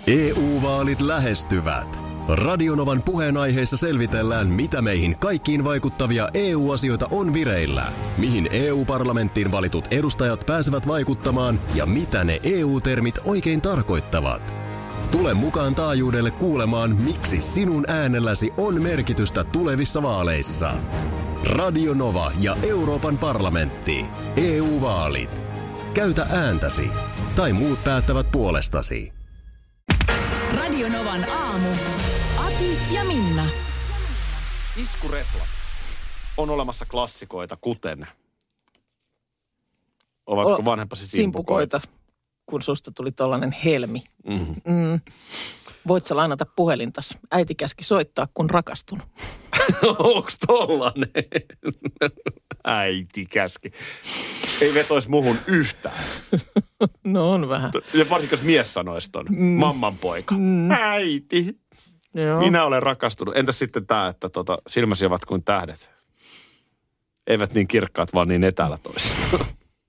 EU-vaalit lähestyvät. Radionovan puheenaiheessa selvitellään, mitä meihin kaikkiin vaikuttavia EU-asioita on vireillä, mihin EU-parlamenttiin valitut edustajat pääsevät vaikuttamaan ja mitä ne EU-termit oikein tarkoittavat. Tule mukaan taajuudelle kuulemaan, miksi sinun äänelläsi on merkitystä tulevissa vaaleissa. Radio Nova ja Euroopan parlamentti. EU-vaalit. Käytä ääntäsi. Tai muut päättävät puolestasi. Radio Novan aamu. Ati ja Minna. Iskureplat on olemassa klassikoita, kuten... Ovatko vanhempasi simpukoita? Kun susta tuli tollainen helmi. Voit sä lainata puhelintas? Äiti käski soittaa, kun rakastunut. Onks tollanen? Äiti käski. Ei vetois muhun yhtään. No on vähän. Ja varsinkin jos mies sanois ton. Mamman poika. Äiti. Joo. Minä olen rakastunut. Entäs sitten tää, että silmäsi ovat kuin tähdet? Eivät niin kirkkaat, vaan niin etäällä toisistaan.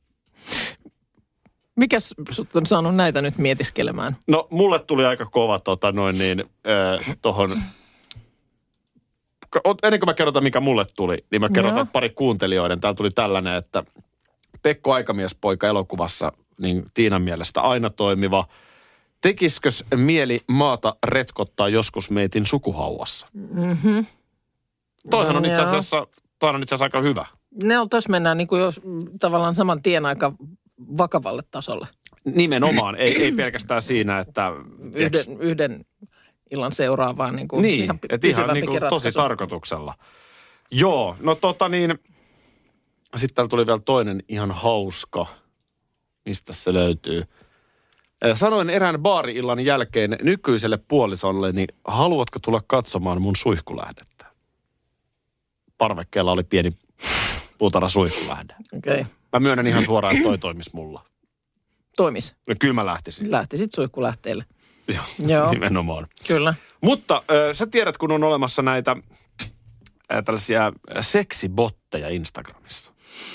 Mikäs sut on saanut näitä nyt mietiskelemään? No mulle tuli aika kova tohon... Ennen kuin mä kerrotan, mikä mulle tuli, niin mä kerrotan pari kuuntelijoiden. Täällä tuli tällainen, että Pekko Aikamiespoika elokuvassa, niin Tiinan mielestä aina toimiva. Tekiskös mieli maata retkottaa joskus meitin sukuhauvassa? Mm-hmm. Toihan on itse asiassa aika hyvä. Tuossa mennään niin kuin jo tavallaan saman tien aika vakavalle tasolle. Nimenomaan, ei pelkästään siinä, että... Yhden illan seuraavaan niin kuin niin, ihan että ihan niin kuin tosi tarkoituksella. Joo, no sitten täällä tuli vielä toinen ihan hauska. Mistä se löytyy? Sanoin erään baari-illan jälkeen nykyiselle puolisolleni, haluatko tulla katsomaan mun suihkulähdettä? Parvekkeella oli pieni puutara suihkulähde. Okei. Okay. Mä myönnän ihan suoraan, että toi toimis mulla. Toimis? No kyllä mä lähtisin. Lähtisit suihkulähteelle. Joo, nimenomaan. Kyllä. Mutta sä tiedät, kun on olemassa näitä tällaisia seksibotteja Instagramissa.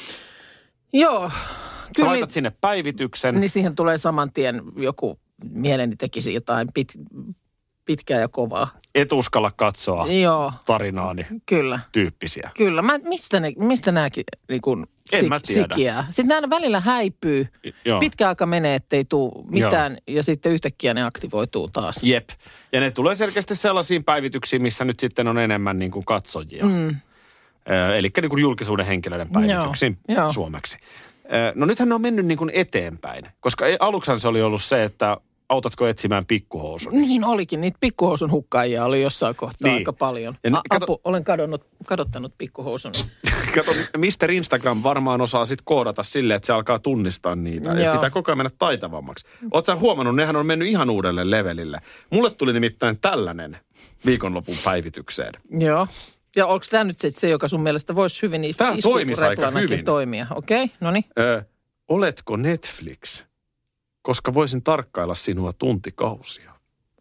Joo. Sä laitat sinne päivityksen. Niin siihen tulee saman tien joku mieleni tekisi jotain pitkää ja kovaa. Et uskalla katsoa tarinaani. Kyllä. Tyyppisiä. Kyllä. Mistä nämäkin niin kuin sikiää? Sitten nämä välillä häipyy. Pitkä aika menee, ettei tule mitään ja sitten yhtäkkiä ne aktivoituu taas. Jep. Ja ne tulee selkeästi sellaisiin päivityksiin, missä nyt sitten on enemmän niin kuin katsojia. Eli niin kuin julkisuuden henkilöiden päivityksiin suomeksi. No nythän ne on mennyt niin kuin eteenpäin, koska aluksihan se oli ollut se, että autatko etsimään pikkuhousun? Niin olikin, niitä pikkuhousun hukkaajia oli jossain kohtaa aika paljon. Olen kadottanut pikkuhousun. Kato, Mr. Instagram varmaan osaa sitten koodata silleen, että se alkaa tunnistaa niitä. Ja pitää koko ajan mennä taitavammaksi. Oletko sä huomannut, nehän on mennyt ihan uudelle levelille. Mulle tuli nimittäin tällainen viikonlopun päivitykseen. Joo. Ja onko tämä nyt se, joka sun mielestä voisi hyvin iskureplanakin toimia? Okei, no niin. Oletko Netflix? Koska voisin tarkkailla sinua tuntikausia.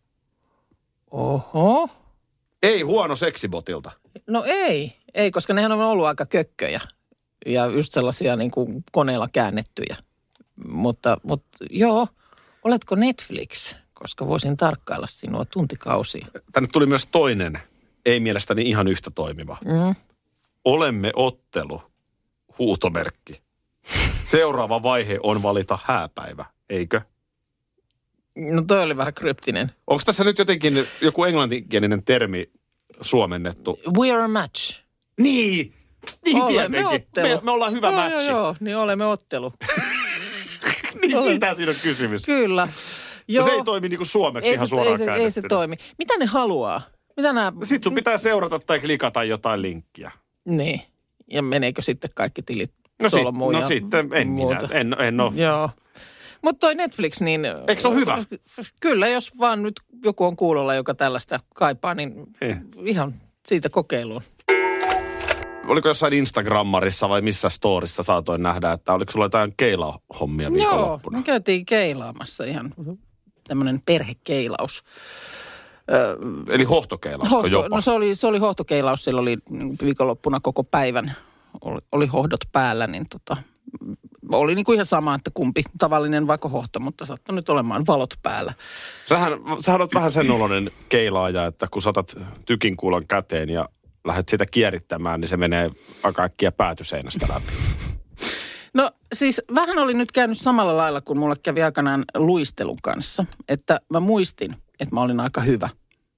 Oho. Ei huono seksibotilta. No ei, koska nehän on ollut aika kökköjä ja just sellaisia niin kuin koneella käännettyjä. Mutta joo, oletko Netflix? Koska voisin tarkkailla sinua tuntikausia. Tänne tuli myös toinen, ei mielestäni ihan yhtä toimiva. Olemme ottelu, huutomerkki. Seuraava vaihe on valita hääpäivä, eikö? No toi oli vähän kryptinen. Onko tässä nyt jotenkin joku englanninkielinen termi suomennettu? We are a match. Niin olemme tietenkin. Me ollaan hyvä matchi. Joo, niin olemme ottelu. Niin siitä siinä on kysymys. Kyllä. Joo. No se ei toimi niin kuin suomeksi ihan suoraan käännettynä. Ei se toimi. Mitä ne haluaa? Sitten sun pitää seurata tai klikata jotain linkkiä. Niin. Ja meneekö sitten kaikki tilit solmuun? No sitten en ole. Joo. Mutta toi Netflix, niin... Eikö se ole hyvä? Kyllä, jos vaan nyt joku on kuulolla, joka tällaista kaipaa, niin ihan siitä kokeiluun. Oliko jossain Instagrammarissa vai missä storissa saatoin nähdä, että oliko sulla jotain keilahommia viikonloppuna? Joo, me käytiin keilaamassa ihan tämmöinen perhekeilaus. Eli hohtokeilausko jopa? No se oli hohtokeilaus, siellä oli viikonloppuna koko päivän, oli hohdot päällä, niin oli niin kuin ihan sama, että kumpi tavallinen vaikka hohto, mutta sattui nyt olemaan valot päällä. Sähän olet vähän sen oloinen keilaaja, että kun saatat tykinkuulan käteen ja lähdet sitä kierittämään, niin se menee aika äkkiä päätyseinästä läpi. No siis vähän oli nyt käynyt samalla lailla, kun mulle kävi aikanaan luistelun kanssa, että mä muistin, että mä olin aika hyvä.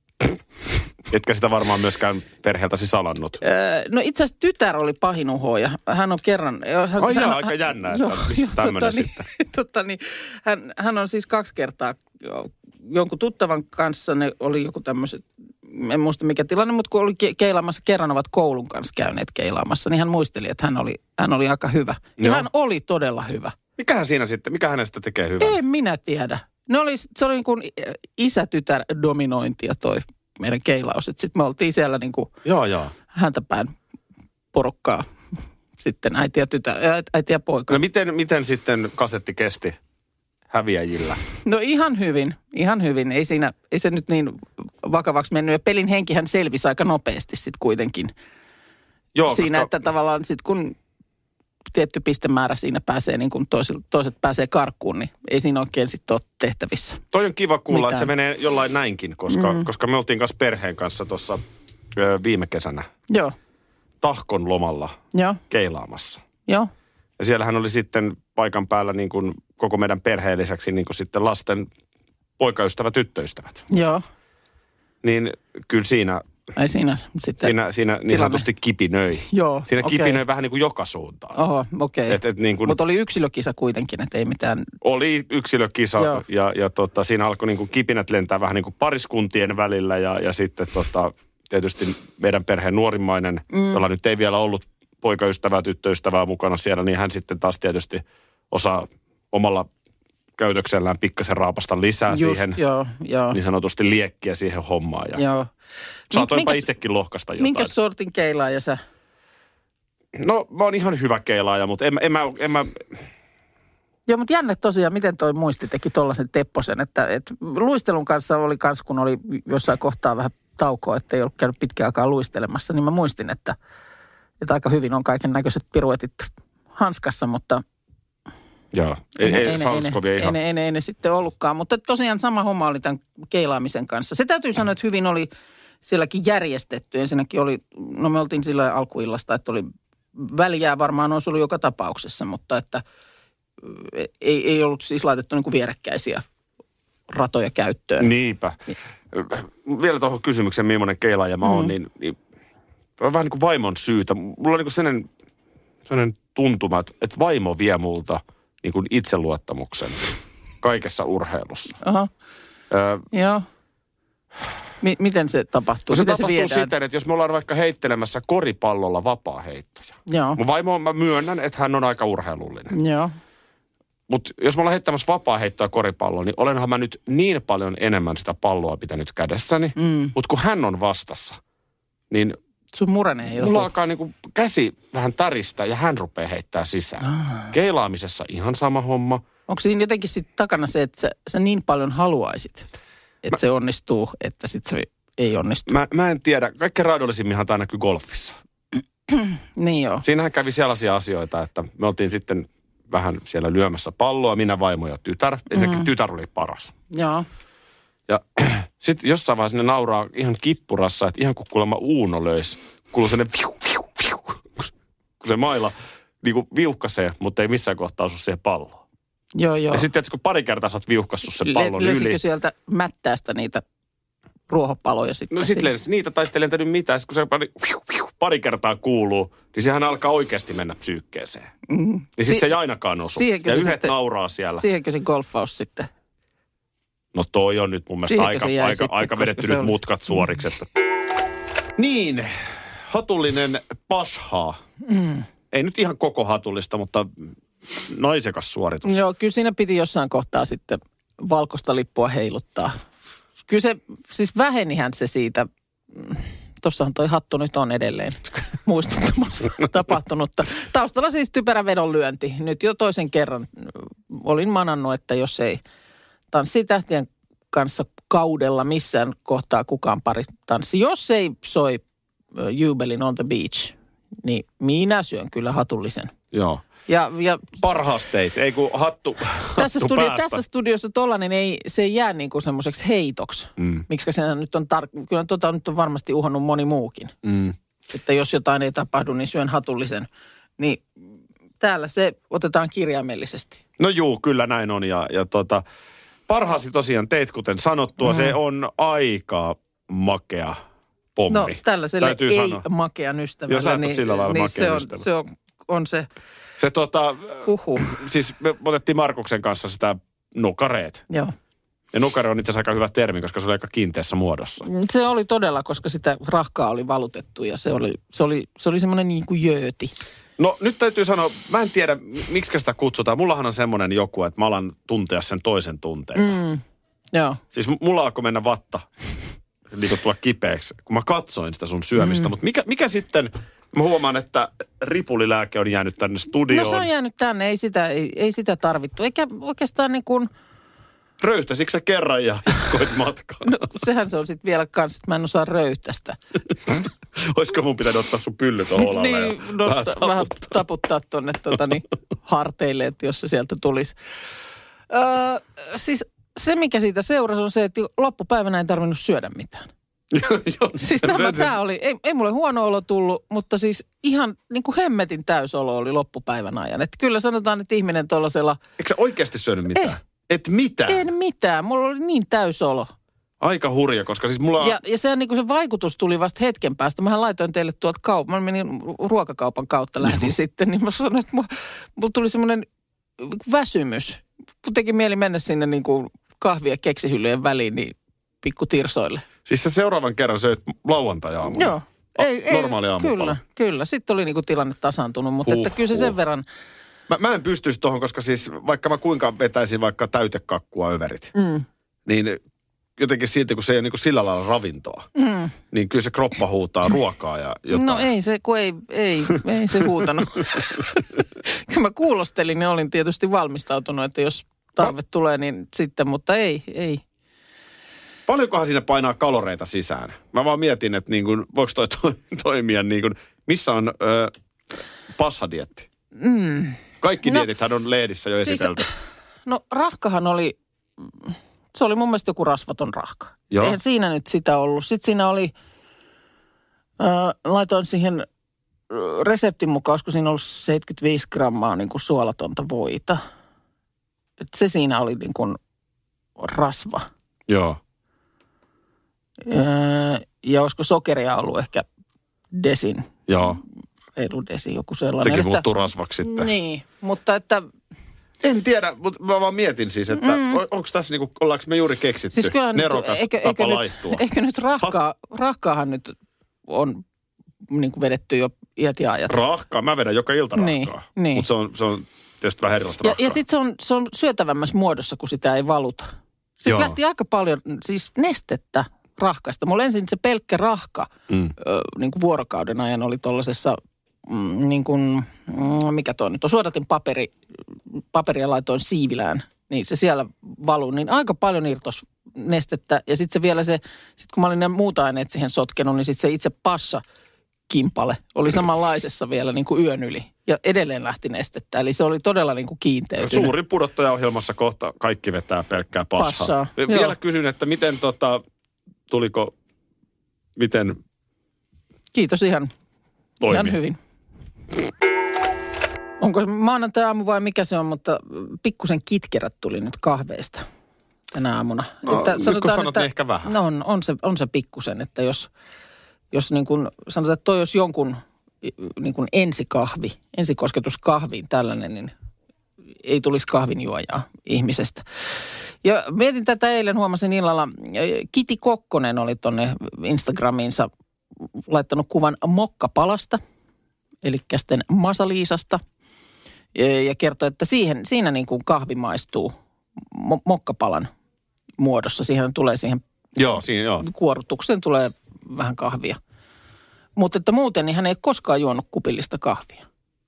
Etkä sitä varmaan myöskään perheeltäsi salannut. No itse asiassa tytär oli pahin uhoja. Hän on kerran... Aika jännä, että mistä tämmöinen sitten. Hän on siis 2 kertaa jonkun tuttavan kanssa, ne oli joku tämmöiset, en muista mikä tilanne, mutta kun oli keilaamassa, kerran ovat koulun kanssa käyneet keilaamassa, niin hän muisteli, että hän oli aika hyvä. Ja hän oli todella hyvä. Mikä hänestä tekee hyvää? En minä tiedä. Se oli niin kuin isä-tytär dominointia toi meidän keilaus. Sitten me oltiin siellä niin kuin häntäpään porukkaa. Sitten äiti ja poika. No miten sitten kasetti kesti häviäjillä? No ihan hyvin. Ei se nyt niin vakavaksi mennyt. Ja pelin henkihän selvisi aika nopeasti sitten kuitenkin. Joo, siinä, että tavallaan sitten kun tietty pistemäärä siinä pääsee, niin kun toiset pääsee karkuun, niin ei siinä oikein sitten ole tehtävissä. Toi on kiva kuulla, että se menee jollain näinkin, koska me oltiin kanssa perheen kanssa tuossa viime kesänä. Joo. Tahkon lomalla keilaamassa. Joo. Ja siellähän oli sitten paikan päällä niin kuin koko meidän perheen lisäksi niin kuin sitten lasten poikaystävät, tyttöystävät. Joo. Niin kyllä siinä niin sanotusti kipinöi. Joo, siinä kipinöi vähän niin kuin joka suuntaan. Oho, okei. Niin mutta oli yksilökisa kuitenkin, että ei mitään... Oli yksilökisa ja siinä alkoi niin kuin kipinät lentää vähän niin kuin pariskuntien välillä ja sitten tietysti meidän perheen nuorimmainen, jolla nyt ei vielä ollut poikaystävää, tyttöystävää mukana siellä, niin hän sitten taas tietysti osaa omalla käytöksellään pikkasen raapasta lisää siihen, niin sanotusti liekkiä siihen hommaan. Ja saatoinpa itsekin lohkaista jotain. Minkä sortin keilaaja sä? No mä oon ihan hyvä keilaaja, mutta en mä... Joo, mutta jännä tosiaan, miten toi muisti teki tollaisen tepposen, että luistelun kanssa oli kans, kun oli jossain kohtaa vähän taukoa, että ei ollut käynyt pitkään aikaa luistelemassa, niin mä muistin, että aika hyvin on kaiken näköiset piruetit hanskassa, mutta... Joo, ei ne sitten ollutkaan, mutta tosiaan sama homma oli tämän keilaamisen kanssa. Se täytyy sanoa, että hyvin oli sielläkin järjestetty. Ensinnäkin oli, no me oltiin sillä alkuillasta, että oli väliä varmaan olisi ollut joka tapauksessa, mutta että ei ollut siis laitettu niin kuin vierekkäisiä ratoja käyttöön. Niinpä. Vielä tuohon kysymykseen, millainen keilaaja mä oon, niin on vähän niin kuin vaimon syytä. Mulla on niin kuin sellainen tuntuma, että vaimo vie multa niin kuin itseluottamuksen kaikessa urheilussa. Aha. Joo. Miten se tapahtuu? Se tapahtuu siten, että jos me ollaan vaikka heittelemässä koripallolla vapaaheittoja. Joo. Mun vaimo, mä myönnän, että hän on aika urheilullinen. Joo. Mutta jos me ollaan heittämässä vapaaheittoa koripalloa, niin olenhan mä nyt niin paljon enemmän sitä palloa pitänyt kädessäni. Mutta kun hän on vastassa, niin... Sun murenee joku. Mulla alkaa niinku käsi vähän täristä ja hän rupeaa heittää sisään. Keilaamisessa ihan sama homma. Onko siinä jotenkin sitten takana se, että sä niin paljon haluaisit, että se onnistuu, että sitten se ei onnistu? Mä en tiedä. Kaikkein raadollisimminhan tämä näkyy golfissa. Niin joo. Siinähän kävi sellaisia asioita, että me oltiin sitten vähän siellä lyömässä palloa, minä, vaimo ja tytär. Ensinnäkin tytär oli paras. Joo. Ja sitten jossain vaiheessa ne nauraa ihan kippurassa, että ihan kun kuulemma Uuno löisi, kuuluu sellainen viu, viu, viu, kun se maila niin kuin viuhkasee, mutta ei missään kohtaa osu siihen palloon. Joo. Ja sitten kun pari kertaa sä oot viuhkassut sen pallon yli. Löysikö sieltä mättäästä niitä ruohopaloja sitten? No sitten niitä tai sitten lentänyt mitään. Sitten kun se pari kertaa kuuluu, niin sehän alkaa oikeasti mennä psyykkeeseen. Niin sitten se ei ainakaan osu. Ja yhdet nauraa siellä. Siihenkö se golfaus sitten? No toi on nyt mun mielestä aika vedetty nyt mutkat suoriksi. Että... Niin, hatullinen pashaa. Ei nyt ihan koko hatullista, mutta naisekas suoritus. Joo, kyllä siinä piti jossain kohtaa sitten valkoista lippua heiluttaa. Kyllä se, siis vähenihän se siitä, tossahan toi hattu nyt on edelleen muistuttamassa tapahtunutta. Taustalla siis typerä vedonlyönti. Nyt jo toisen kerran olin manannut, että jos ei tanssitähtien kanssa kaudella missään kohtaa kukaan pari tanssi. Jos ei soi Jubelin On the Beach, niin minä syön kyllä hatullisen. Joo. Ja Parhaasteit, ei kun hattu tässä päästä. studiossa tollainen se ei jää niin kuin semmoiseksi heitoksi. Miksikä se nyt on kyllä nyt on varmasti uhannut moni muukin. Että jos jotain ei tapahdu, niin syön hatullisen. Niin täällä se otetaan kirjaimellisesti. No juu, kyllä näin on. Ja parhaasi tosiaan teit, kuten sanottua, se on aika makea pommi. No tällaiselle täytyy ei sanoa. Makean ystävälle. Jos sä et ole sillä lailla makean ystävä. Se on se. Se siis me otettiin Markuksen kanssa sitä nukareet. Joo. Ja nukare on itse asiassa aika hyvä termi, koska se oli aika kiinteässä muodossa. Se oli todella, koska sitä rahkaa oli valutettu ja se oli semmoinen niin kuin jööti. No nyt täytyy sanoa, mä en tiedä, miksi sitä kutsutaan. Mullahan on semmoinen joku, että mä alan tuntea sen toisen tunteita. Joo. Siis mulla alkoi mennä vatta, niin kuin tulla kipeäksi, kun mä katsoin sitä sun syömistä. Mutta mikä sitten, mä huomaan, että ripulilääke on jäänyt tänne studioon. No se on jäänyt tänne, ei sitä tarvittu. Eikä oikeastaan niin kuin... Röyhtäsitkö sä kerran ja jatkoit matkaa? No sehän se on sitten vielä kans, että mä en osaa röyhtästä. Olisiko mun pitänyt ottaa sun pylly tuohon olalle niin, vähän taputtaa tuonne harteille, että jos se sieltä tulisi. Siis se, mikä siitä seurasi, on se, että loppupäivänä ei tarvinnut syödä mitään. Siis tämä oli, ei mulle huono olo tullut, mutta siis ihan niin kuin hemmetin täysolo oli loppupäivän ajan. Että kyllä sanotaan, että ihminen tuollaisella... Eikö sä oikeasti syönyt mitään? Et mitään? En mitään. Mulla oli niin täysolo. Aika hurja, koska siis mulla on... Ja se, niin kuin se vaikutus tuli vasta hetken päästä. Mähän laitoin teille tuolta mä menin ruokakaupan kautta lähdin sitten, niin mä sanoin, että mulla tuli semmoinen väsymys. Mun teki mieli mennä sinne niin kuin kahvia keksihyllyjen väliin niin pikku tirsoille. Siis sä seuraavan kerran söit lauantai-aamuna? Joo. Normaali aamupala. Kyllä. Sitten oli niin kuin tilanne tasaantunut, mutta että kyllä se sen verran... Mä en pystyisi tuohon, koska siis vaikka mä kuinka vetäisin vaikka täytekakkua överit, niin jotenkin silti, kun se ei ole niin kuin sillä lailla ravintoa, niin kyllä se kroppa huutaa ruokaa ja jotain. No ei se, kun ei se huutanut. Kun mä kuulostelin, niin olin tietysti valmistautunut, että jos tarve tulee, niin sitten, mutta ei. Paljonkohan siinä painaa kaloreita sisään? Mä vaan mietin, että niin kuin, voiko toi toimia niin kuin, missä on pashadietti? Kaikki dietithän on lehdissä jo esitelty. No rahkahan oli, se oli mun mielestä joku rasvaton rahka. Joo. Eihän siinä nyt sitä ollut. Sitten siinä oli, laitoin siihen reseptin mukaan, olisiko siinä ollut 75 grammaa niin kuin suolatonta voita. Et se siinä oli niin kuin rasva. Joo. Ja olisiko sokeria ollut ehkä desin. Joo. Reilu desi, joku sellainen. Sekin muuttuu rasvaksi sitten. Niin, mutta että... En tiedä, mutta mä vaan mietin siis, että onko tässä niinku, ollaanko me juuri keksitty siis nerokas tapa laittua? Eikö nyt rahkaahan nyt on niinku vedetty jo iät ja ajat. Rahkaa? Mä vedän joka ilta rahkaa. Niin. Mutta se on tietysti vähän erilaista rahkaa. Ja sitten se on syötävämmässä muodossa, kun sitä ei valuta. Sitten lähti aika paljon siis nestettä rahkasta. Mulla ensin se pelkkä rahka niin kuin vuorokauden ajan oli tuollaisessa, niin kuin, mikä toi nyt on, suodatin paperia laitoin siivilään, niin se siellä valui, niin aika paljon irtos nestettä. Ja sitten se vielä sit kun mä olin ne muuta aineet siihen sotkenut, niin sitten se itse passakimpale oli samanlaisessa vielä niin kuin yön yli. Ja edelleen lähti nestettä, eli se oli todella niin kuin kiinteytynyt. Suuri pudottajaohjelmassa kohta kaikki vetää pelkkää passaa. Vielä kysyn, että miten miten... Kiitos ihan hyvin. Onko maanantai-aamu vai mikä se on, mutta pikkusen kitkerät tuli nyt kahveista tänä aamuna. No, että nyt kun sanot, niin ehkä vähän. No on se pikkusen, että jos niin kuin sanotaan, että toi olisi jonkun niin kuin ensikosketuskahviin tällainen, niin ei tulisi kahvinjuojaa ihmisestä. Ja mietin tätä eilen, huomasin illalla, Kiti Kokkonen oli tuonne Instagramiinsa laittanut kuvan mokkapalasta, eli sitten Masaliisasta, ja kertoi, että siinä niin kuin kahvi maistuu mokkapalan muodossa. Siihen tulee siihen kuorutukseen tulee vähän kahvia. Mutta että muuten niin hän ei koskaan juonut kupillista kahvia.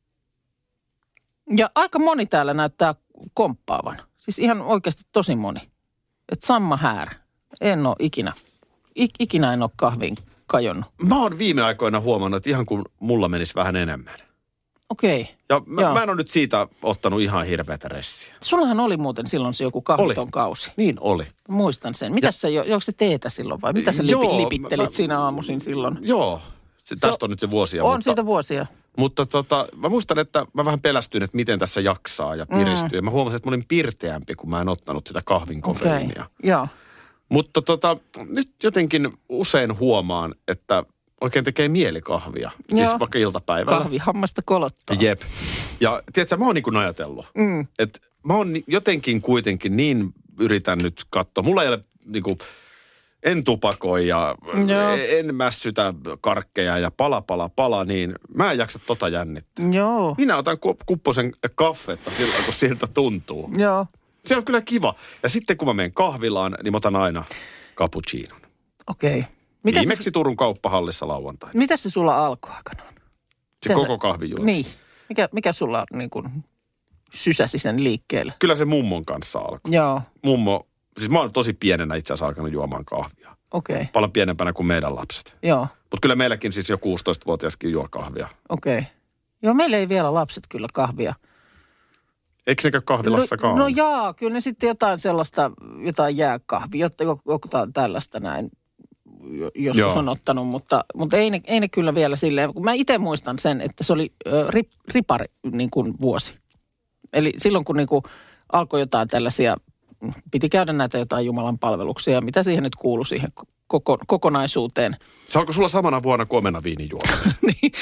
Ja aika moni täällä näyttää komppaavan. Siis ihan oikeasti tosi moni. Että Samma Häär. En ole ikinä en ole kahviin kajonnut. Mä oon viime aikoina huomannut, että ihan kun mulla menisi vähän enemmän. Okei. Ja mä en ole nyt siitä ottanut ihan hirveätä ressiä. Sullahan oli muuten silloin se joku kahviton kausi. Niin oli. Muistan sen. Mitäs sä, onko se teetä silloin vai mitä sä lipittelit siinä aamuisin silloin? Joo. Tästä on nyt jo vuosia. On siitä vuosia. Mutta mä muistan, että mä vähän pelästyin, että miten tässä jaksaa ja piristyy. Ja mä huomasin, että mä olin pirteämpi, kun mä en ottanut sitä kahvin kofeiinia. Joo. Mutta nyt jotenkin usein huomaan, että oikein tekee mieli kahvia. Siis vaikka iltapäivällä. Kahvihammasta kolottaa. Jep. Ja tiedätkö, mä oon niin kuin ajatellut, että mä oon jotenkin kuitenkin niin yritän nyt katsoa. Mulla ei ole niin kuin, en tupakoi ja en mässytä karkkeja ja pala, niin mä en jaksa jännittää. Joo. Minä otan kupposen kaffetta silloin, kun siltä tuntuu. Joo. Se on kyllä kiva. Ja sitten kun mä menen kahvilaan, niin mä otan aina cappuccinon. Okei. Viimeksi Turun kauppahallissa lauantaina. Mitä se sulla alkoi aikanaan? Se koko kahvijuonti. Niin. Mikä sulla niin kuin sysäsi sen liikkeelle? Kyllä se mummon kanssa alkoi. Joo. Mummo, siis mä oon tosi pienenä itse asiassa alkanut juomaan kahvia. Okei. Paljon pienempänä kuin meidän lapset. Joo. Mutta kyllä meilläkin siis jo 16-vuotiaskin juo kahvia. Okei. Joo, meillä ei vielä lapset kyllä kahvia. Eikö ne käy kahvilassakaan? No kyllä ne sitten jotain jääkahvia, jotain tällaista näin joskus on ottanut, mutta ei ne kyllä vielä silleen. Mä itse muistan sen, että se oli ripari niin kuin vuosi. Eli silloin kun niin kuin alkoi jotain tällaisia, piti käydä näitä jotain Jumalan palveluksia, mitä siihen nyt kuului siihen kokonaisuuteen. Se alkoi sulla samana vuonna kuin omenaviinin juominen.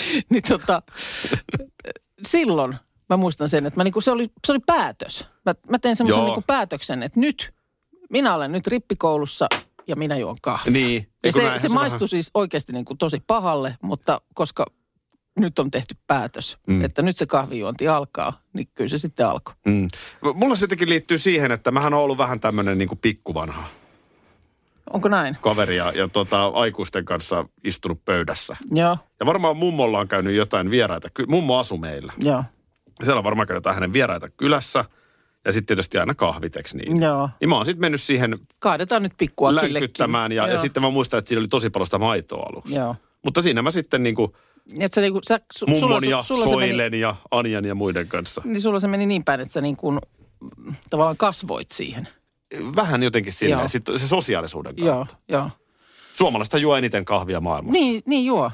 Silloin mä muistan sen, että se oli päätös. Mä tein semmoisen niin kuin päätöksen, että minä olen nyt rippikoulussa ja minä juon kahvia. Niin. Ja se maistui siis oikeasti niin kuin tosi pahalle, mutta koska nyt on tehty päätös, että nyt se kahvijuonti alkaa, niin kyllä se sitten alkoi. Mulla se jotenkin liittyy siihen, että mähän on ollut vähän tämmöinen niin kuin pikkuvanha. Onko näin? Kaveri ja aikuisten kanssa istunut pöydässä. Joo. Ja varmaan mummolla on käynyt jotain vieraita. Mummo asui meillä. Joo. Siellä on varmaan käynyt hänen vieraita kylässä. Ja sitten tietysti aina kahviteks niitä. Joo. Niin mä oon sitten mennyt siihen kaadetaan nyt pikkuakillekin. Länkyttämään. Ja sitten mä muistan, että siinä oli tosi paljon sitä maitoa aluksi. Joo. Mutta siinä mä sitten niinku mummon ja Soilen ja Anjan ja muiden kanssa. Niin sulla se meni niin päin, että sä niin kuin tavallaan kasvoit siihen. Vähän jotenkin silleen, se sosiaalisuuden kautta. Joo. Suomalaista juo eniten kahvia maailmassa. Niin juo.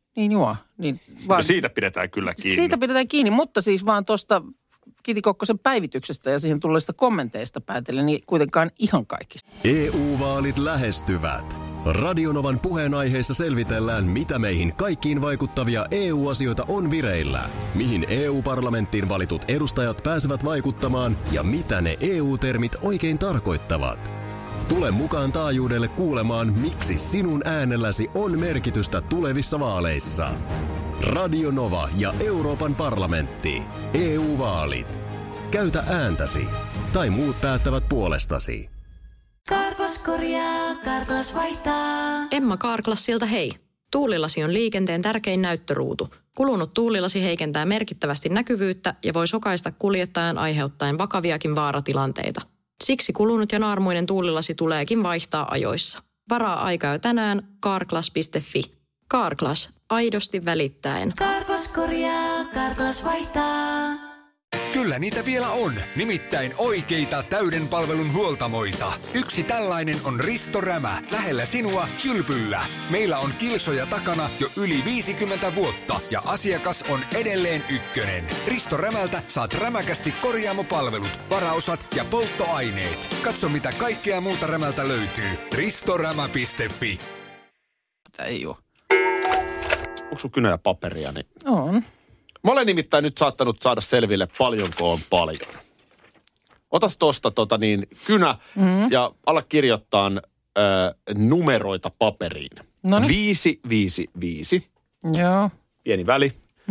Niin, ja siitä pidetään kyllä kiinni. Siitä pidetään kiinni, mutta siis vaan tuosta Kiti Kokkosen päivityksestä ja siihen tulleista kommenteista päätellen, niin kuitenkaan ihan kaikista. EU-vaalit lähestyvät. Radionovan puheenaiheissa selvitellään, mitä meihin kaikkiin vaikuttavia EU-asioita on vireillä, mihin EU-parlamenttiin valitut edustajat pääsevät vaikuttamaan ja mitä ne EU-termit oikein tarkoittavat. Tule mukaan taajuudelle kuulemaan, miksi sinun äänelläsi on merkitystä tulevissa vaaleissa. Radio Nova ja Euroopan parlamentti. EU-vaalit. Käytä ääntäsi. Tai muut päättävät puolestasi. Karklas korjaa, Karklas vaihtaa. Emma Karklassilta hei. Tuulilasi on liikenteen tärkein näyttöruutu. Kulunut tuulilasi heikentää merkittävästi näkyvyyttä ja voi sokaista kuljettajan aiheuttaen vakaviakin vaaratilanteita. Siksi kulunut ja naarmuinen tuulilasi tuleekin vaihtaa ajoissa. Varaa aikaa jo tänään karklas.fi. Karklas, aidosti välittäen. Karklas korjaa, Karklas vaihtaa. Kyllä niitä vielä on, nimittäin oikeita täyden palvelun huoltamoita. Yksi tällainen on Risto Rämä, lähellä sinua, Kylpyllä. Meillä on kilsoja takana jo yli 50 vuotta ja asiakas on edelleen ykkönen. Risto Rämältä saat rämäkästi korjaamopalvelut, varaosat ja polttoaineet. Katso mitä kaikkea muuta Rämältä löytyy. ristorämä.fi. Ei oo. Onko sun kynä ja paperia? Niin... On. Mä olen nimittäin nyt saattanut saada selville, paljonko on paljon. Otas tosta kynä ja ala kirjoittaa numeroita paperiin. Noniin. 555. Joo. Pieni väli.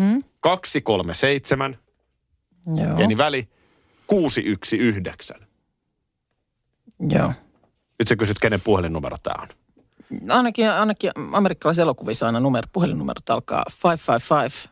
237. Joo. Pieni väli. 619. Joo. Nyt sä kysyt, kenen puhelinnumero tää on. Ainakin amerikkalaisissa elokuvissa aina puhelinnumerot alkaa 555.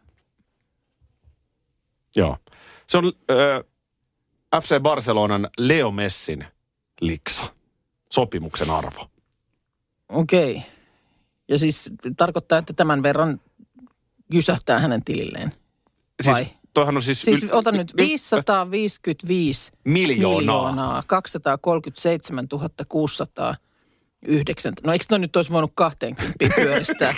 Joo. Se on FC Barcelonan Leo Messin liksa. Sopimuksen arvo. Okei. Ja siis tarkoittaa, että tämän verran jysähtää hänen tililleen. vai? Toihan on siis Ota nyt 555 miljoonaa 237 609. No eikö toi nyt olisi voinut 20 pyöristää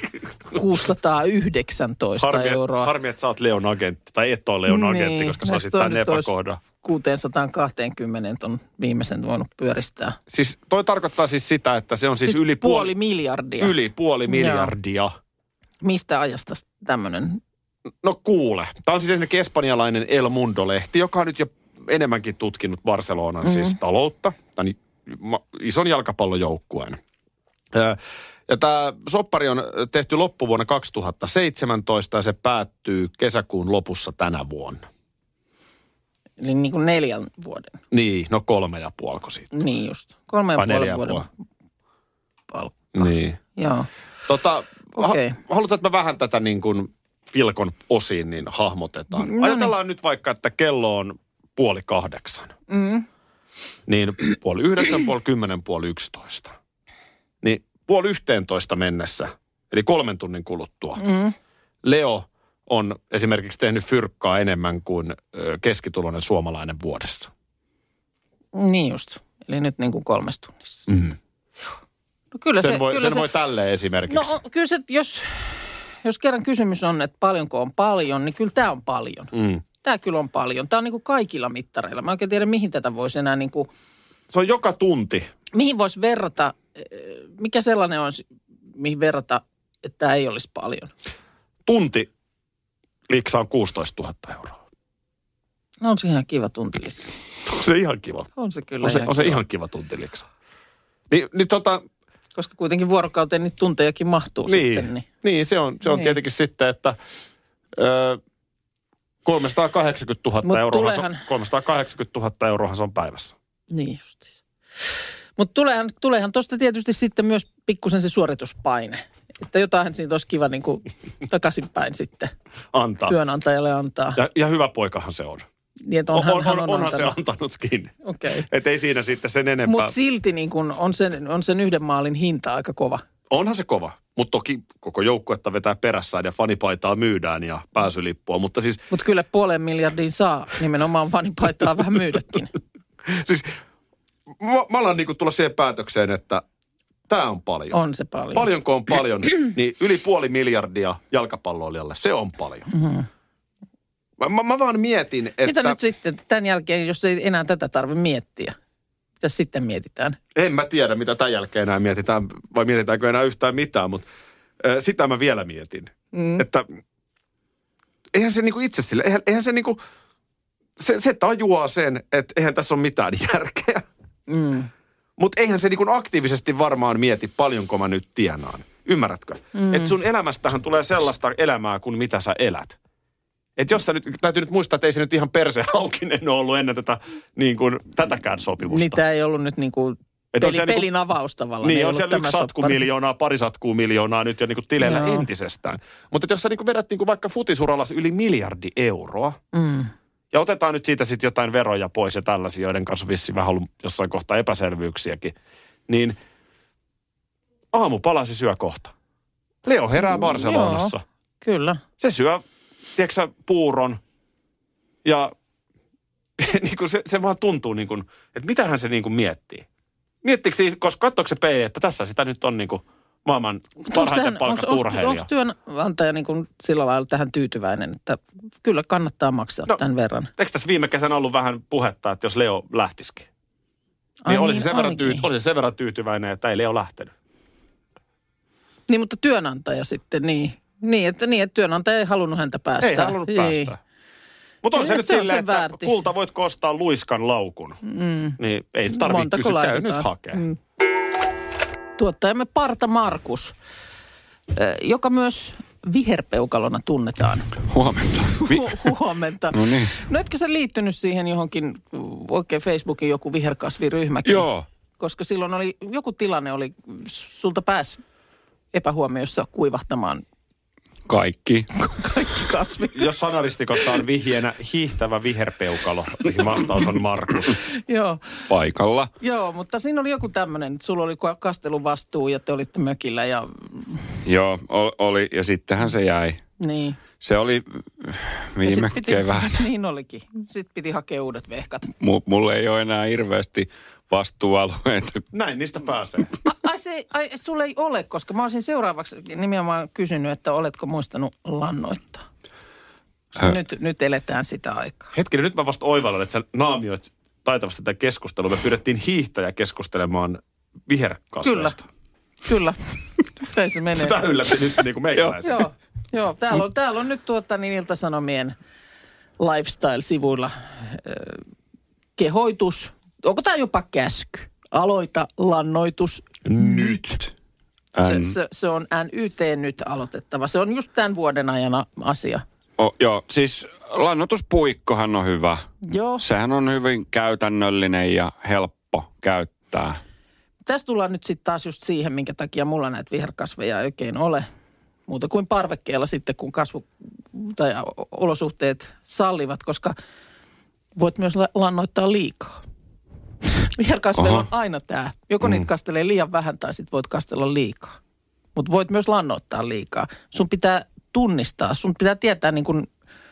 619 euroa? Harmi, että sä oot Leon agentti, tai et ole Leon agentti, koska sä olisit tämän epäkohdan. 620 on viimeisen voinut pyöristää. Siis toi tarkoittaa siis sitä, että se on siis yli puoli miljardia. Yli puoli miljardia. Joo. Mistä ajasta tämmöinen? No kuule. Tämä on siis esimerkiksi espanjalainen El Mundo-lehti, joka on nyt jo enemmänkin tutkinut Barcelonan siis taloutta. Tämän ison jalkapallojoukkueen. Ja tämä soppari on tehty loppuvuonna 2017 ja se päättyy kesäkuun lopussa tänä vuonna. Eli niin kuin 4 vuoden. Niin, no 3,5 siitä. Niin just. 3,5 vuoden palkka. Niin. Joo. Okay. Haluatko, että me vähän tätä niin kuin pilkon osiin niin hahmotetaan? No ajatellaan nyt vaikka, että kello on 7:30. Niin 8:30, 9:30, 10:30. Niin 10:30 mennessä, eli 3 tunnin kuluttua, Leo on esimerkiksi tehnyt fyrkkaa enemmän kuin keskituloinen suomalainen vuodessa. Niin just. Eli nyt niin kuin 3 tunnissa. No kyllä sen voi tälleen esimerkiksi. No kyllä se, jos kerran kysymys on, että paljonko on paljon, niin kyllä tämä on paljon. Tämä kyllä on paljon. Tämä on niin kuin kaikilla mittareilla. Mä oikein tiedä, mihin tätä voisi enää niin kuin... Se on joka tunti. Mihin voisi verrata, mikä sellainen on, mihin verrata, että tämä ei olisi paljon? Tunti liksa on 16 000 euroa. No on se ihan kiva tuntiliksa. On se ihan kiva. On se kyllä on se ihan kiva tuntiliksa. Niin koska kuitenkin vuorokauteen niitä tuntejakin mahtuu sitten. Niin, se on tietenkin sitten, että 380 000 euroa se on päivässä. Niin justiis. Mutta tuleehan tuosta tietysti sitten myös pikkusen se suorituspaine. Että jotain siitä olisi kiva niin kuin takaisinpäin sitten työnantajalle antaa. Ja hyvä poikahan se on. Niin, onhan se antanutkin. Okay. Että ei siinä sitten sen enempää. Mutta silti niin kun on sen yhden maalin hinta aika kova. Onhan se kova. Mutta toki koko joukkuetta vetää perässään ja fanipaitaa myydään ja pääsylippua. Mutta kyllä 500 miljardia saa nimenomaan fanipaitaa vähän myydäkin. Siis mä alan niin kuin tulla siihen päätökseen, että tämä on paljon. On se paljon. Paljonko on paljon, niin yli 500 miljardia jalkapalloilijalle, se on paljon. Mä vaan mietin, että... Mitä nyt sitten tämän jälkeen, jos ei enää tätä tarvitse miettiä? Mitä sitten mietitään? En mä tiedä, mitä tämän jälkeen enää mietitään, vai mietitäänkö enää yhtään mitään, mutta sitä mä vielä mietin. Että eihän se niinku itse sille, eihän se niinku, se tajuaa sen, että eihän tässä ole mitään järkeä. Mutta eihän se niinku aktiivisesti varmaan mieti, paljonko mä nyt tienaan. Ymmärrätkö? Että sun elämästähän tulee sellaista elämää kuin mitä sä elät. Että jos sä nyt, täytyy nyt muistaa, että ei se nyt ihan persehaukinen ole ollut ennen tätä, niin kuin, tätäkään sopimusta. Niitä ei ollut nyt niin kuin pelin avaus tavallaan. Niin, on siellä 1 satkumiljoonaa, 2 satkumiljoonaa nyt jo niin kuin tileillä entisestään. Mutta jos sä niin kuin vedät niin kuin vaikka futisuralla yli 1 miljardi euroa, ja otetaan nyt siitä sitten jotain veroja pois ja tällaisia, joiden kanssa vissiin vähän ollut jossain kohtaa epäselvyyksiäkin, niin aamupalasi syö kohta. Leo herää Barcelonassa. Joo, kyllä. Se syö... Tiedätkö puuron ja niin kuin se vaan tuntuu niin kuin, että mitähän se niin kuin miettii. Miettikö koska katsoiko se peili, että tässä sitä nyt on niin kuin maailman parhaiten palkattu urheilija. Onko työnantaja niin kuin sillä lailla tähän tyytyväinen, että kyllä kannattaa maksaa tämän verran? Eikö tässä viime kesänä ollut vähän puhetta, että jos Leo lähtisikin? Niin olisi sen verran tyytyväinen, että ei Leo lähtenyt. Niin, mutta työnantaja sitten Niin, että työnantaja ei halunnut häntä päästää. Ei halunnut päästää. Mutta on se nyt silleen, että väärti. Kulta voit kostaa luiskan laukun. Niin ei tarvitse kysyä, käy nyt hakea. Tuottajamme Parta Markus, joka myös viherpeukalona tunnetaan. Huomenta. Huomenta. No niin. No etkö sä liittynyt siihen johonkin, oikein Facebookin joku viherkasviryhmäkin? Joo. Koska silloin oli, joku tilanne oli, sulta pääsi epähuomiossa kuivahtamaan kaikki kasvit. Jos sanalistikossa on vihjeenä hiihtävä viherpeukalo, niin vastaus on Markus. Joo. Paikalla. Joo, mutta siinä oli joku tämmöinen, että sulla oli kasteluvastuu ja te olitte mökillä ja... Joo, oli ja sittenhän se jäi. Niin. Se oli viime kevään. Niin olikin. Sitten piti hakea uudet vehkat. Mulla ei ole enää hirveästi vastuualueita. Näin niistä pääsee. Ai sulla ei ole, koska mä olisin seuraavaksi nimenomaan kysynyt, että oletko muistanut lannoittaa. Nyt eletään sitä aikaa. Hetkinen, nyt mä vasta oivallan, että sä naamioit taitavasti tätä keskustelua. Me pyydettiin hiihtäjä keskustelemaan viherkasveista. Kyllä. Näin se menee. Sitä yllätti nyt niin kuin meikäläisen. Joo. Täällä on nyt Ilta-Sanomien lifestyle-sivuilla kehoitus. Onko tämä jopa käsky? Aloita lannoitus nyt. Se on NYT nyt aloitettava. Se on just tämän vuoden ajana asia. Joo, siis lannoituspuikkohan on hyvä. Joo. Sehän on hyvin käytännöllinen ja helppo käyttää. Tässä tullaan nyt sitten taas just siihen, minkä takia mulla näitä viherkasveja ei oikein ole. Muuta kuin parvekkeella sitten, kun tai olosuhteet sallivat, koska voit myös lannoittaa liikaa. Viherkasveilla on aina tämä. Joko niitä kastelee liian vähän tai sitten voit kastella liikaa. Mutta voit myös lannoittaa liikaa. Sun pitää tunnistaa, sun pitää tietää niin kuin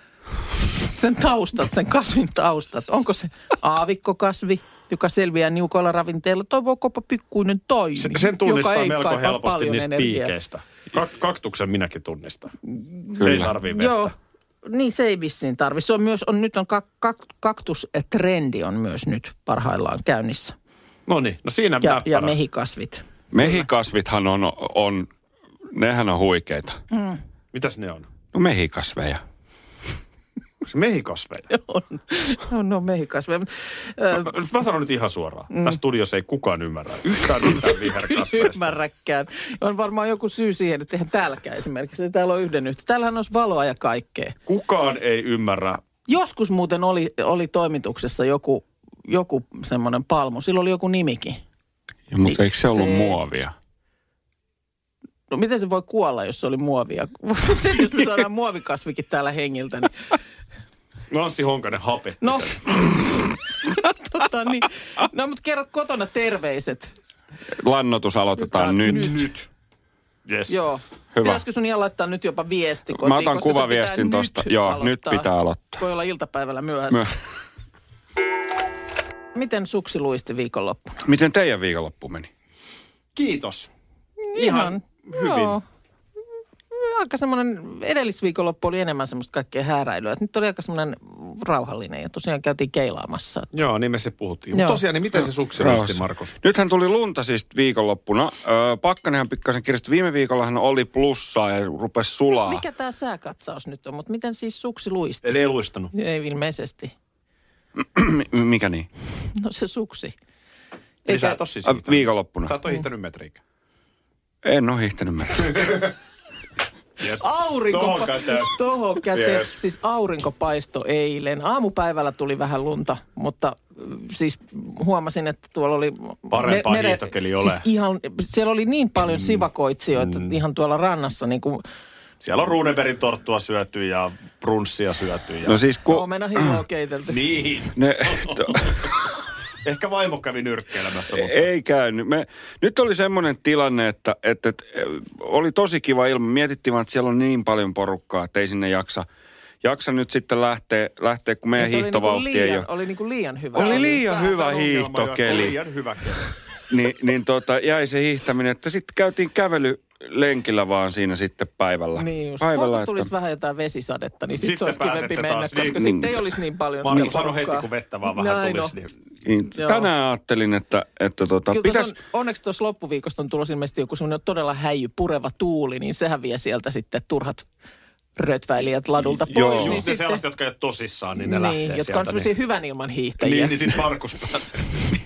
sen taustat, sen kasvin taustat. Onko se aavikkokasvi, joka selviää niukoilla ravinteilla, tai voikopa pikkuinen taimi, sen tunnistaa joka melko kaipaa helposti niistä energiaa. piikeistä. Kaktuksen minäkin tunnistan. Se ei tarvii vettä. Joo, niin se ei vissiin tarvi. Se on myös, nyt on kaktustrendi on myös nyt parhaillaan käynnissä. No niin, no siinä ja mehikasvit. Mehikasvithan on nehän on huikeita. Mitäs ne on? No mehikasveja. Onko se mehikasveja? No mehikasveja. Mä sanon nyt ihan suoraan. Tässä studiossa ei kukaan ymmärrä. Yhtään mitään viherkasveista. Ymmärräkään. On varmaan joku syy siihen, että eihän täälläkään esimerkiksi. Täällä on yhden yhtä. Täällähän olisi valoa ja kaikkea. Kukaan ei ymmärrä. Joskus muuten oli toimituksessa joku semmoinen palmu. Sillä oli joku nimikin. Mutta eikö se ollut muovia? No miten se voi kuolla, jos se oli muovia? Sitten jos me saadaan muovikasvikin täällä hengiltä, niin... Anssi Honkanen hapetti sen. Niin. No, mutta kerro kotona terveiset. Lannoitus aloitetaan nyt. Yes. Joo. Hyvä. Pitäisikö sun ihan laittaa nyt jopa viesti kotiin? Mä otan kuvaviestin tosta. Joo, nyt pitää aloittaa. Voi olla iltapäivällä myöhäistä. Miten suksi luisti viikonloppuna? Miten teidän viikonloppu meni? Kiitos. Ihan hyvin. Joo. Aika semmoinen, edellisviikonloppu oli enemmän semmoista kaikkea hääräilyä. Nyt oli aika semmoinen rauhallinen ja tosiaan käytiin keilaamassa. Joo, niin me se puhuttiin. Mutta tosiaan, niin miten se suksi luisti, Markus? Nythän tuli lunta siis viikonloppuna. Pakkanenhan pikkasen kirjasti. Viime viikollahan oli plussaa ja rupesi sulaa. Mikä tämä sääkatsaus nyt on? Mutta miten siis suksi luisti? Eli ei luistanut. Ei ilmeisesti. Mikä niin? No se suksi. Eli sä et ole siis viikonloppuna. Sä et ole hiihtänyt metriikä. En ole hiihtänyt metriikä. Yes. Tohon käteen. Yes. Siis aurinko paistoi eilen. Aamupäivällä tuli vähän lunta, mutta siis huomasin, että tuolla oli... Parempaa hiihtokeli ole. Siis ihan, siellä oli niin paljon sivakoitsijoita ihan tuolla rannassa niin kuin... Siellä on Runebergin torttua syöty ja brunssia syöty. Ja... No siis omenahilloa keitelty. Niin. Ehkä vaimo kävi nyrkkeilemässä. Mutta... Ei käynyt. Nyt oli semmoinen tilanne, että oli tosi kiva ilma. Mietittiin vaan, että siellä on niin paljon porukkaa, että ei sinne jaksa nyt sitten lähteä kun meidän hiihtovauhti ei ole. Oli niin kuin liian hyvä. Oli liian hyvä hiihtokeli. Liian hyvä keli. niin jäi se hiihtäminen, että sitten käytiin kävelylenkillä vaan siinä sitten päivällä. Niin just. Päivällä, että tulisi vähän jotain vesisadetta, niin sitten se olisi kivempi mennä, koska sitten ei olisi niin paljon porukkaa. Sano heti, kun vettä vaan vähän tulisi. Niin, tänään ajattelin, että pitäisi... Onneksi tuossa loppuviikosta on tulossa ilmeisesti joku semmoinen todella pureva tuuli, niin sehän vie sieltä sitten turhat rötväilijät ladulta pois. Joo, niin just sitten, sellaiset, jotka ei ole tosissaan, niin ne lähtee sieltä. Jotka on semmoisia hyvän ilman hiihtäjiä. Niin sitten Markus pääsee.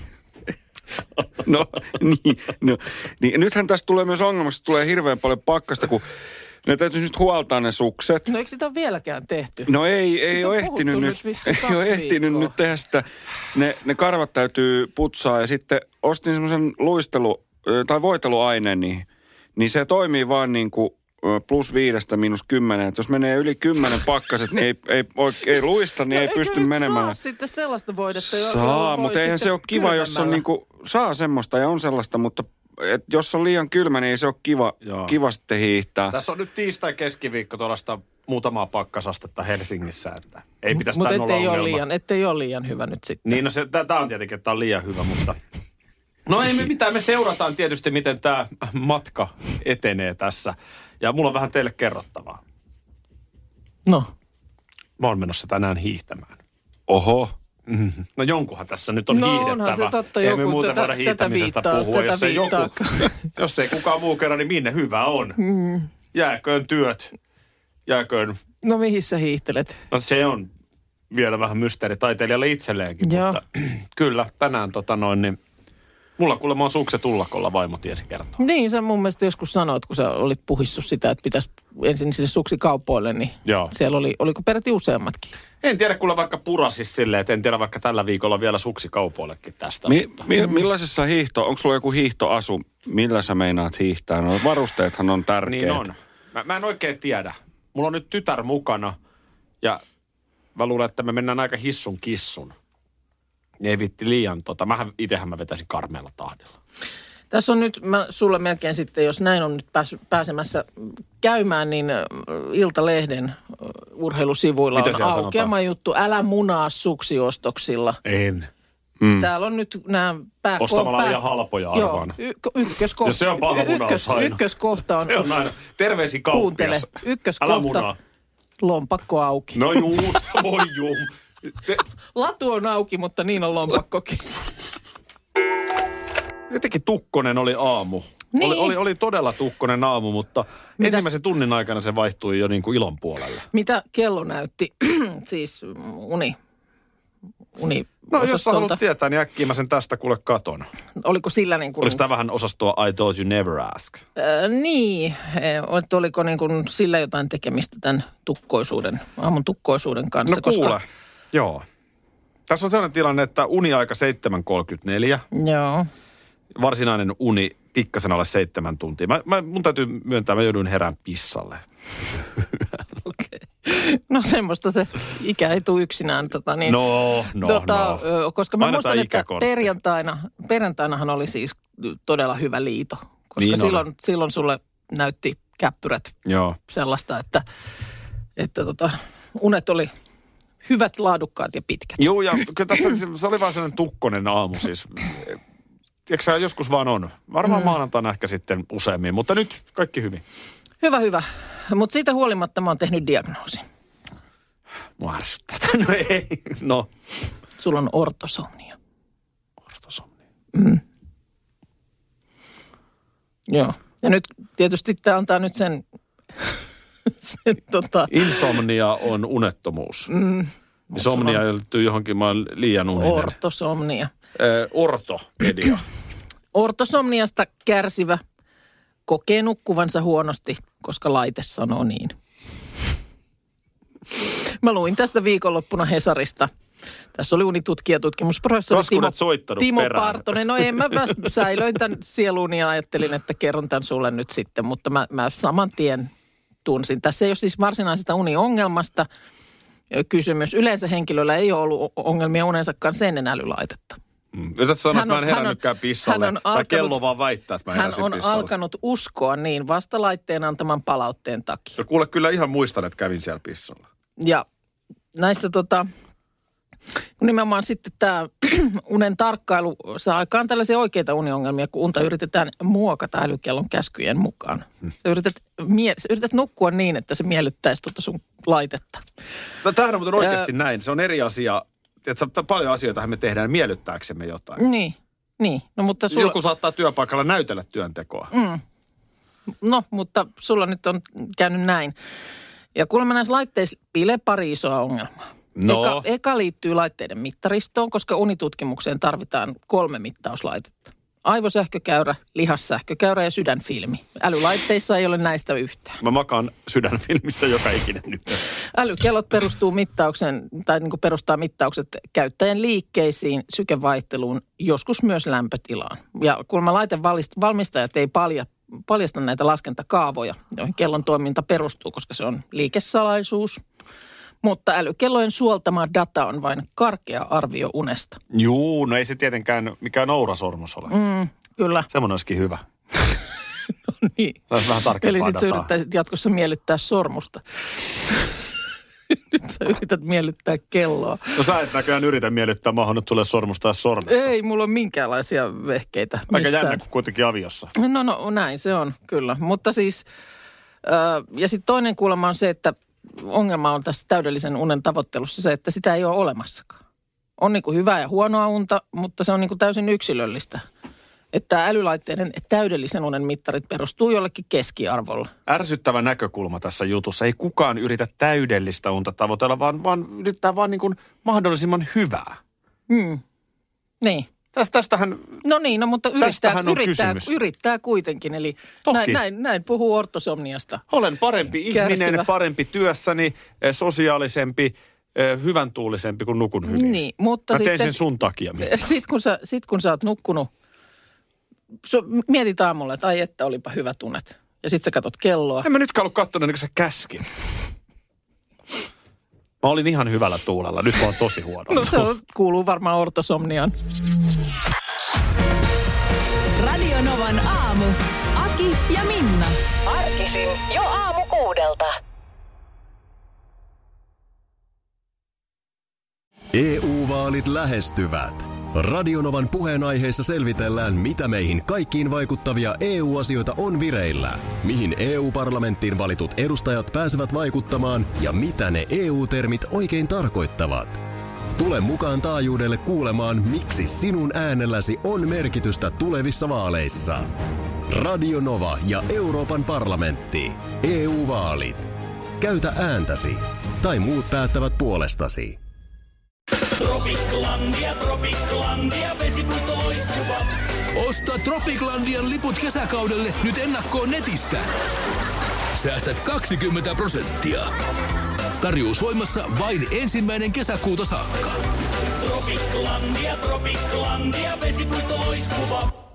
Niin. Nythän tästä tulee myös ongelmaksi, tulee hirveän paljon pakkasta, kun ne täytyisi nyt huoltaa ne sukset. No eikö sitä ole vieläkään tehty? No ei ole ehtinyt nyt. Ei ole ehtinyt nyt tehdä sitä. Ne karvat täytyy putsaa ja sitten ostin semmoisen tai voiteluaineen, niin se toimii vaan niin kuin +5––10. Että jos menee yli 10 pakkaset, niin ei luista, niin ei pysty menemään. Saa sitten sellaista voidetta. Saa, mutta eihän se ole kiva, jos on niinku, saa semmoista ja on sellaista, mutta että jos on liian kylmä, niin ei se ole kiva sitten hiihtää. Tässä on nyt tiistai keskiviikko tuollaista muutamaa pakkasastetta Helsingissä, että ei pitäisi tämän olla ongelma. Ettei ole liian hyvä nyt sitten. Niin, no tämä on tietenkin, että tämä on liian hyvä, mutta... No ei me mitään, me seurataan tietysti, miten tämä matka etenee tässä. Ja mulla on vähän teille kerrottavaa. No? Mä oon menossa tänään hiihtämään. Oho. Mm-hmm. No jonkunhan tässä nyt on hiihdettävä. Onhan se totta, ei me muuten voida hiihtämisestä puhua. Jos ei kukaan muu kerran, niin minne hyvä on. Jääköön työt. Jääköön. No mihin sä hiihtelet? No se on vielä vähän mysteeri taiteilijalle itselleenkin. Joo. Mutta kyllä, tänään niin mulla kuulemma on sukset ullakolla, vaimo tiesi kertoa. Niin, sä mun mielestä joskus sanoit, kun sä olit puhissut sitä, että pitäisi ensin sille suksikaupoille, niin joo. Siellä oliko peräti useammatkin? En tiedä, kuule vaikka purasis silleen, että en tiedä vaikka tällä viikolla vielä suksikaupoillekin tästä. Millaisessa onko sulla joku hiihtoasu, millä sä meinaat hiihtää? No varusteethan on tärkeät. Niin on. Mä en oikein tiedä. Mulla on nyt tytär mukana ja mä luulen, että me mennään aika hissun kissun. Ei vitti liian itsehän mä vetäisin karmealla tahdilla. Tässä on nyt, sulle melkein sitten, jos näin on nyt pääsemässä käymään, niin Iltalehden urheilusivuilla on aukeama juttu. Älä munaa suksiostoksilla. En. Täällä on nyt nämä ostamalla liian halpoja arvaan. Ykköskohta. Ja se on paha munaus aina. Ykköskohta on. Se on aina. Terveisiä kauppias. Kuuntele. Ykköskohta. Lompakko auki. No juu, voi juu. Latu on auki, mutta niin on lompakkokin. Jotenkin tukkonen oli aamu. Niin. Oli todella tukkonen aamu, mutta ensimmäisen tunnin aikana se vaihtui jo niin kuin ilon puolelle. Mitä kello näytti? Siis uni. No jos sä haluat tietää, niin äkkiä mä sen tästä kuule katon. Oliko sillä niin kuin... Oliko tämä vähän osastoa I thought you never ask? Niin, että oliko niin kuin sillä jotain tekemistä tämän aamun tukkoisuuden kanssa? No kuule, joo. Tässä on sellainen tilanne, että uniaika 7.34. Joo. Varsinainen uni pikkasen alle 7 tuntia. Mun täytyy myöntää, mä jouduin herään pissalle. Okei. No semmoista se ikä ei tule yksinään. No. Koska mä muistan, että perjantainahan oli siis todella hyvä liito. Koska niin silloin sulle näytti käppyrät sellaista, että unet oli hyvät, laadukkaat ja pitkät. Joo, ja kyllä tässä se oli vaan sellainen tukkonen aamu siis. Tiedätkö sä, joskus vaan on. Varmaan maanantaina ehkä sitten useammin, mutta nyt kaikki hyvin. Hyvä. Mutta siitä huolimatta mä oon tehnyt diagnoosin. Mua ärsyttää. No ei. No. Sulla on ortosomnia. Ortosomnia. Joo. Ja nyt tietysti tämä antaa nyt sen Insomnia on unettomuus. Somnia liittyy johonkin, mä oon liian uninen. Ortosomnia. Ortopedia. Ortosomniasta kärsivä kokee nukkuvansa huonosti, koska laite sanoo niin. Mä luin tästä viikonloppuna Hesarista. Tässä oli unitutkija, tutkimusprofessori Timo Partonen. No en mä säilöin tämän sieluun ja ajattelin, että kerron tämän sulle nyt sitten, mutta mä saman tien tunsin. Tässä ei ole siis varsinaisesta uniongelmasta kysymys. Yleensä henkilöllä ei ole ollut ongelmia unensa kanssa ennen älylaitetta. Yrität sanoa, että mä en herännytkään pissalle, tai kello vaan väittää, että mä heräsin pissalle. Hän on alkanut uskoa niin vasta laitteen antaman palautteen takia. Ja kuule, kyllä ihan muistan, että kävin siellä pissalla. Ja näissä nimenomaan sitten tämä unen tarkkailu saa aikaan tällaisia oikeita uniongelmia, kun unta yritetään muokata älykellon käskyjen mukaan. Sä yrität nukkua niin, että se miellyttäisi sun laitetta. Tämähän on muuten oikeasti näin. Se on eri asia. Tiedätkö, paljon asioita me tehdään miellyttääksemme jotain. Niin. No, mutta joku saattaa työpaikalla näytellä työntekoa. No, mutta sulla nyt on käynyt näin. Ja kuulemma näissä laitteissa piilee pari isoa ongelmaa. No. Eka liittyy laitteiden mittaristoon, koska unitutkimukseen tarvitaan 3 mittauslaitetta. Aivosähkökäyrä, lihassähkökäyrä ja sydänfilmi. Älylaitteissa ei ole näistä yhtään. Mä makaan sydänfilmissä joka ikinen nyt. Älykellot perustaa mittaukset käyttäjän liikkeisiin, sykevaihteluun, joskus myös lämpötilaan. Ja kuulemma laitevalmistajat ei paljasta näitä laskentakaavoja, joihin kellon toiminta perustuu, koska se on liikesalaisuus. Mutta älykellojen suoltama data on vain karkea arvio unesta. Juu, no ei se tietenkään mikään ourasormus ole. Kyllä. Semmoinen olisikin hyvä. No niin. Saisi vähän tarkempaa Eli dataa. sitten sä yrittäisit jatkossa miellyttää sormusta. Nyt sä yrität miellyttää kelloa. No sä et näköjään yritä miellyttää, mä oon nyt sulle sormustaa sormessa. Ei, mulla on minkäänlaisia vehkeitä Aika missään. jännä, kun kuitenkin aviossa. No näin se on, kyllä. Mutta siis, ja sitten toinen kuulemma on se, että ongelma on tässä täydellisen unen tavoittelussa se, että sitä ei ole olemassakaan. On niin kuin hyvää ja huonoa unta, mutta se on niin kuin täysin yksilöllistä. Että älylaitteiden täydellisen unen mittarit perustuu jollekin keskiarvolla. Ärsyttävä näkökulma tässä jutussa. Ei kukaan yritä täydellistä unta tavoitella, vaan yrittää vaan niin kuin mahdollisimman hyvää. Niin. Tästähän... No niin, mutta yrittää kuitenkin. Eli näin puhuu ortosomniasta. Olen parempi ihminen, parempi työssäni, sosiaalisempi, hyvän tuulisempi, kun nukun hyvin. Niin, mutta mä tein sen sun takia. Sitten kun sä oot nukkunut, mietit aamulla, että ai että olipa hyvät unet. Ja sitten sä katot kelloa. En mä nytkään ollut katsonut, niin kuin sä käskin. Mä olin ihan hyvällä tuulella. Nyt mä oon tosi huono. No se kuuluu varmaan ortosomniaan. Radio Novan aamu. Aki ja Minna. Arkisin jo 6:00. EU-vaalit lähestyvät. Radionovan puheenaiheessa selvitellään, mitä meihin kaikkiin vaikuttavia EU-asioita on vireillä, mihin EU-parlamenttiin valitut edustajat pääsevät vaikuttamaan ja mitä ne EU-termit oikein tarkoittavat. Tule mukaan taajuudelle kuulemaan, miksi sinun äänelläsi on merkitystä tulevissa vaaleissa. Radio Nova ja Euroopan parlamentti. EU-vaalit. Käytä ääntäsi. Tai muut päättävät puolestasi. Tropiclandia, vesipuisto loistuva. Osta Tropiclandian liput kesäkaudelle nyt ennakkoon netistä. Säästät 20%. Tarjous voimassa vain 1. kesäkuuta saakka. Tropiclandia, vesipuisto loistuva.